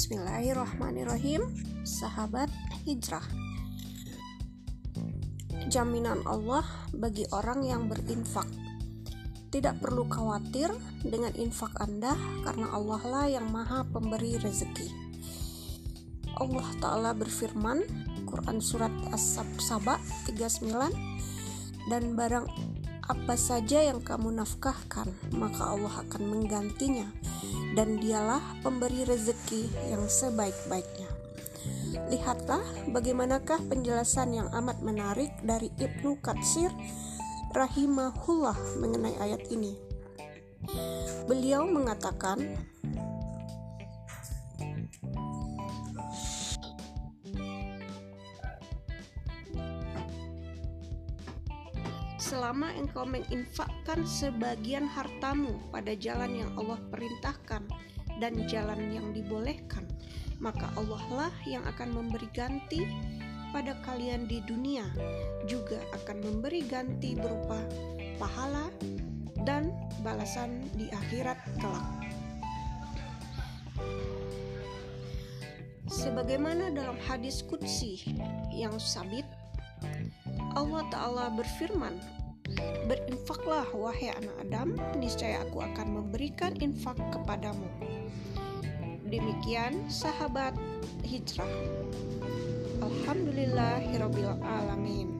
Bismillahirrahmanirrahim. Sahabat hijrah, jaminan Allah bagi orang yang berinfak. Tidak perlu khawatir dengan infak Anda, karena Allah lah yang maha pemberi rezeki. Allah Ta'ala berfirman, Quran Surat As-Saba 39, dan barang apa saja yang kamu nafkahkan, maka Allah akan menggantinya, dan dialah pemberi rezeki yang sebaik-baiknya. Lihatlah bagaimanakah penjelasan yang amat menarik dari Ibnu Katsir rahimahullah mengenai ayat ini. Beliau mengatakan, selama engkau menginfakkan sebagian hartamu pada jalan yang Allah perintahkan dan jalan yang dibolehkan, maka Allah lah yang akan memberi ganti pada kalian di dunia, juga akan memberi ganti berupa pahala dan balasan di akhirat kelak. Sebagaimana dalam hadis qudsi yang sabit, Allah Ta'ala berfirman, berinfaklah wahai anak Adam, niscaya aku akan memberikan infak kepadamu. Demikian sahabat hijrah. Alhamdulillahirabbil alamin.